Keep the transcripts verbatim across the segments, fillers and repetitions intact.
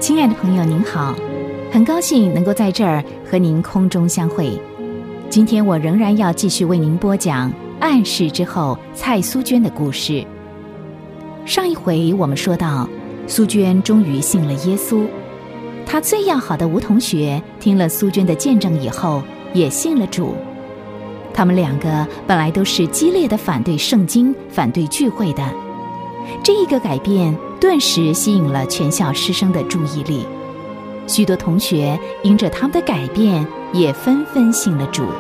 亲爱的朋友您好，很高兴能够在这儿和您空中相会。今天我仍然要继续为您播讲暗示之后蔡苏娟的故事。上一回我们说到，苏娟终于信了耶稣，她最要好的吴同学听了苏娟的见证以后也信了主。他们两个本来都是激烈的反对圣经、反对聚会的，这一个改变顿时吸引了全校师生的注意力，许多同学因着他们的改变也纷纷信了主。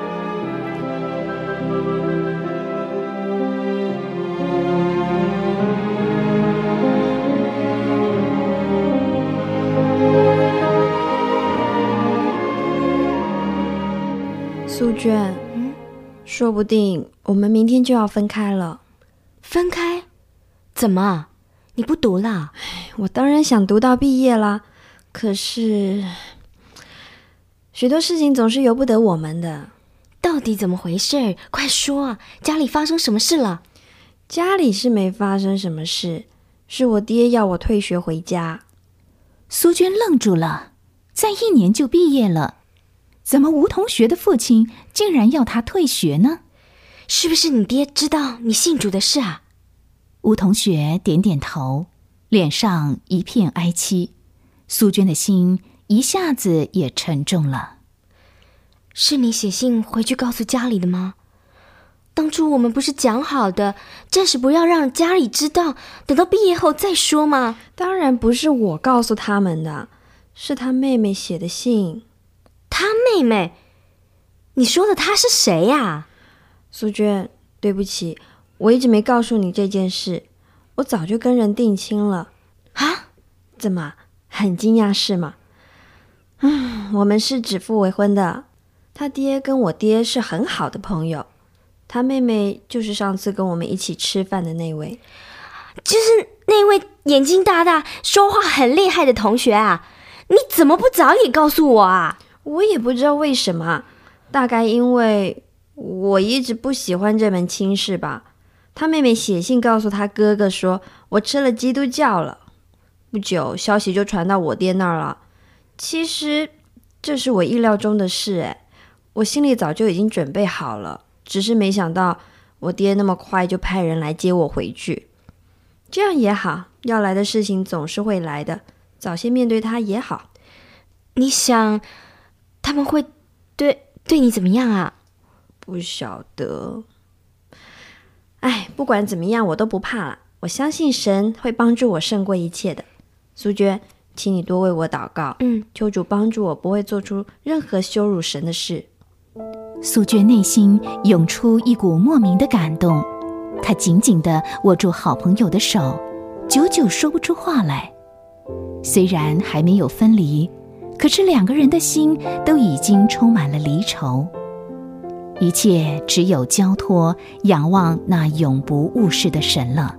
苏娟，嗯，说不定我们明天就要分开了。 分开？怎么？你不读了？ 我当然想读到毕业啦，可是许多事情总是由不得我们的。 到底怎么回事？快说啊！家里发生什么事了？ 家里是没发生什么事，是我爹要我退学回家。 苏娟愣住了，再一年就毕业了，怎么吴同学的父亲竟然要他退学呢？ 是不是你爹知道你信主的事啊？ 吴同学点点头，脸上一片哀戚，苏娟的心一下子也沉重了。 是你写信回去告诉家里的吗？当初我们不是讲好的，暂时不要让家里知道，等到毕业后再说吗？ 当然不是我告诉他们的，是他妹妹写的信。 他妹妹？你说的他是谁呀？ 苏娟，对不起，我一直没告诉你这件事，我早就跟人定亲了。 啊？ 怎么，很惊讶是吗？嗯，我们是指腹为婚的，他爹跟我爹是很好的朋友，他妹妹就是上次跟我们一起吃饭的那位。 就是那位眼睛大大、说话很厉害的同学啊？你怎么不早点告诉我啊？ 我也不知道为什么，大概因为我一直不喜欢这门亲事吧。他妹妹写信告诉他哥哥说，我吃了基督教了。不久，消息就传到我爹那儿了。其实这是我意料中的事，诶，我心里早就已经准备好了，只是没想到我爹那么快就派人来接我回去。这样也好，要来的事情总是会来的，早些面对它也好。 你想他们会对对你怎么样啊？ 不晓得。哎，不管怎么样我都不怕了，我相信神会帮助我胜过一切的。苏娟，请你多为我祷告， 嗯， 求主帮助我不会做出任何羞辱神的事。 苏娟内心涌出一股莫名的感动，她紧紧地握住好朋友的手，久久说不出话来。虽然还没有分离，可是两个人的心都已经充满了离愁，一切只有交托，仰望那永不误事的神了。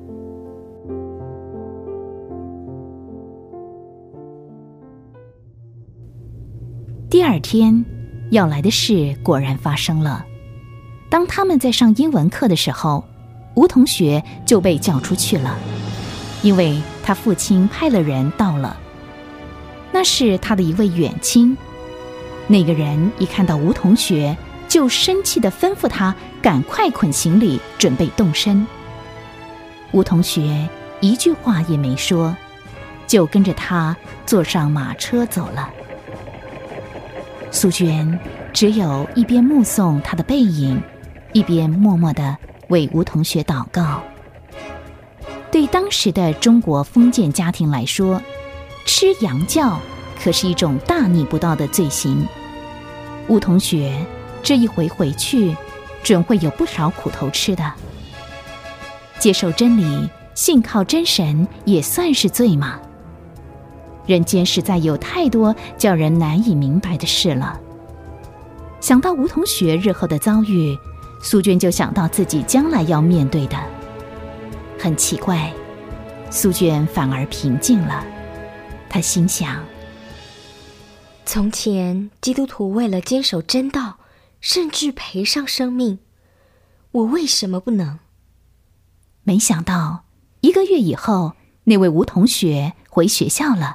第二天，要来的事果然发生了。当他们在上英文课的时候，吴同学就被叫出去了，因为他父亲派了人到了。那是他的一位远亲，那个人一看到吴同学，就生气地吩咐他赶快捆行李，准备动身。吴同学一句话也没说，就跟着他坐上马车走了。苏娟只有一边目送他的背影，一边默默地为吴同学祷告。对当时的中国封建家庭来说，吃洋教可是一种大逆不道的罪行。吴同学这一回回去，准会有不少苦头吃的。接受真理，信靠真神，也算是罪吗？人间实在有太多叫人难以明白的事了。想到吴同学日后的遭遇，苏娟就想到自己将来要面对的。很奇怪，苏娟反而平静了。她心想， 从前基督徒为了坚守真道，甚至赔上生命，我为什么不能？ 没想到一个月以后，那位吴同学回学校了，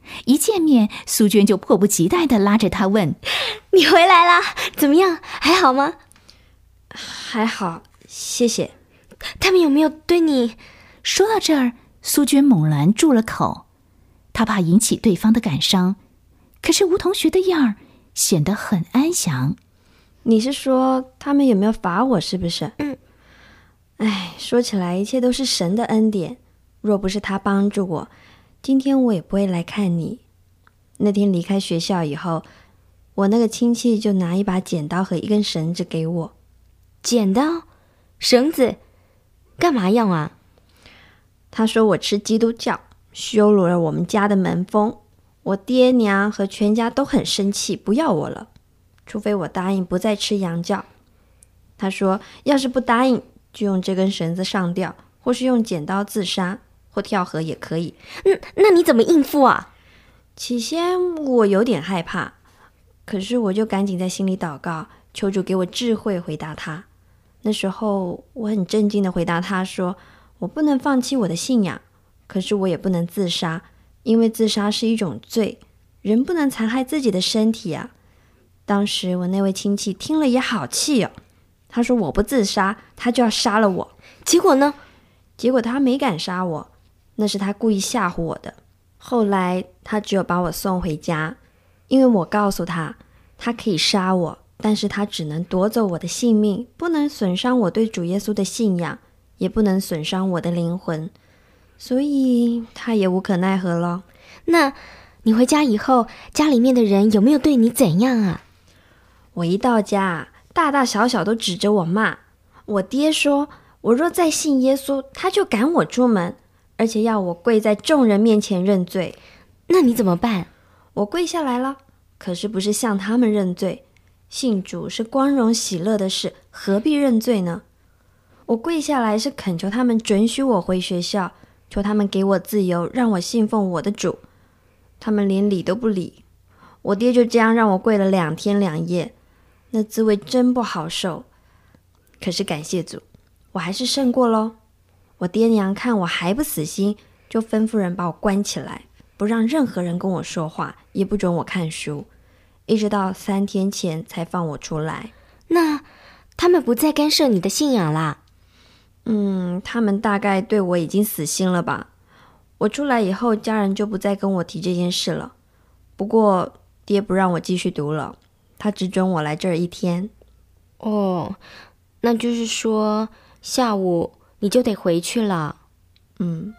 一见面，苏娟就迫不及待地拉着他问： 你回来啦？怎么样？还好吗？ 还好，谢谢。 他们有没有对你…… 说到这儿，苏娟猛然住了口，她怕引起对方的感伤，可是吴同学的样儿显得很安详。 你是说他们有没有罚我是不是？ 嗯。 哎，说起来一切都是神的恩典，若不是他帮助我，今天我也不会来看你。那天离开学校以后，我那个亲戚就拿一把剪刀和一根绳子给我。 剪刀？绳子？干嘛用啊？ 他说我吃基督教，羞辱了我们家的门风，我爹娘和全家都很生气，不要我了，除非我答应不再吃洋教。他说要是不答应，就用这根绳子上吊，或是用剪刀自杀，或跳河也可以。 嗯，那你怎么应付啊？ 起先我有点害怕，可是我就赶紧在心里祷告，求主给我智慧回答他。那时候我很震惊地回答他说，我不能放弃我的信仰，可是我也不能自杀，因为自杀是一种罪，人不能残害自己的身体啊。当时我那位亲戚听了也好气哦，他说我不自杀，他就要杀了我。 结果呢？ 结果他没敢杀我，那是他故意吓唬我的。后来他只有把我送回家，因为我告诉他，他可以杀我，但是他只能夺走我的性命，不能损伤我对主耶稣的信仰，也不能损伤我的灵魂，所以他也无可奈何了。 那你回家以后，家里面的人有没有对你怎样啊？ 我一到家，大大小小都指着我骂。我爹说，我若再信耶稣，他就赶我出门，而且要我跪在众人面前认罪。 那你怎么办？ 我跪下来了，可是不是向他们认罪，信主是光荣喜乐的事，何必认罪呢？我跪下来是恳求他们准许我回学校，求他们给我自由，让我信奉我的主。他们连理都不理，我爹就这样让我跪了两天两夜，那滋味真不好受。可是感谢主，我还是胜过咯。我爹娘看我还不死心，就吩咐人把我关起来，不让任何人跟我说话，也不准我看书，一直到三天前才放我出来。 那他们不再干涉你的信仰啦？ 嗯，他们大概对我已经死心了吧。我出来以后，家人就不再跟我提这件事了。不过爹不让我继续读了，他只准我来这儿一天。 哦，那就是说下午你就得回去了。 嗯。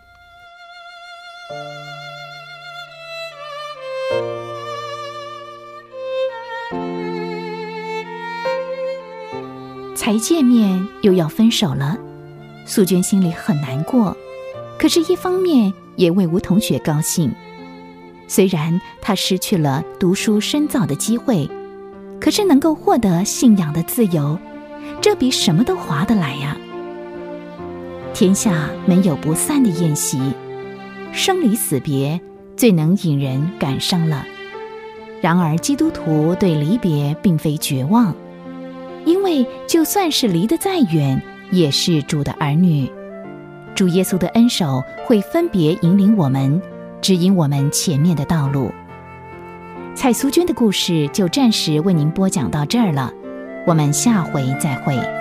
才见面又要分手了，素娟心里很难过，可是一方面也为吴同学高兴。虽然他失去了读书深造的机会，可是能够获得信仰的自由，这比什么都划得来呀。天下没有不散的宴席，生离死别最能引人感伤了。然而基督徒对离别并非绝望，因为就算是离得再远，也是主的儿女。主耶稣的恩手会分别引领我们，指引我们前面的道路。蔡苏娟的故事就暂时为您播讲到这儿了，我们下回再会。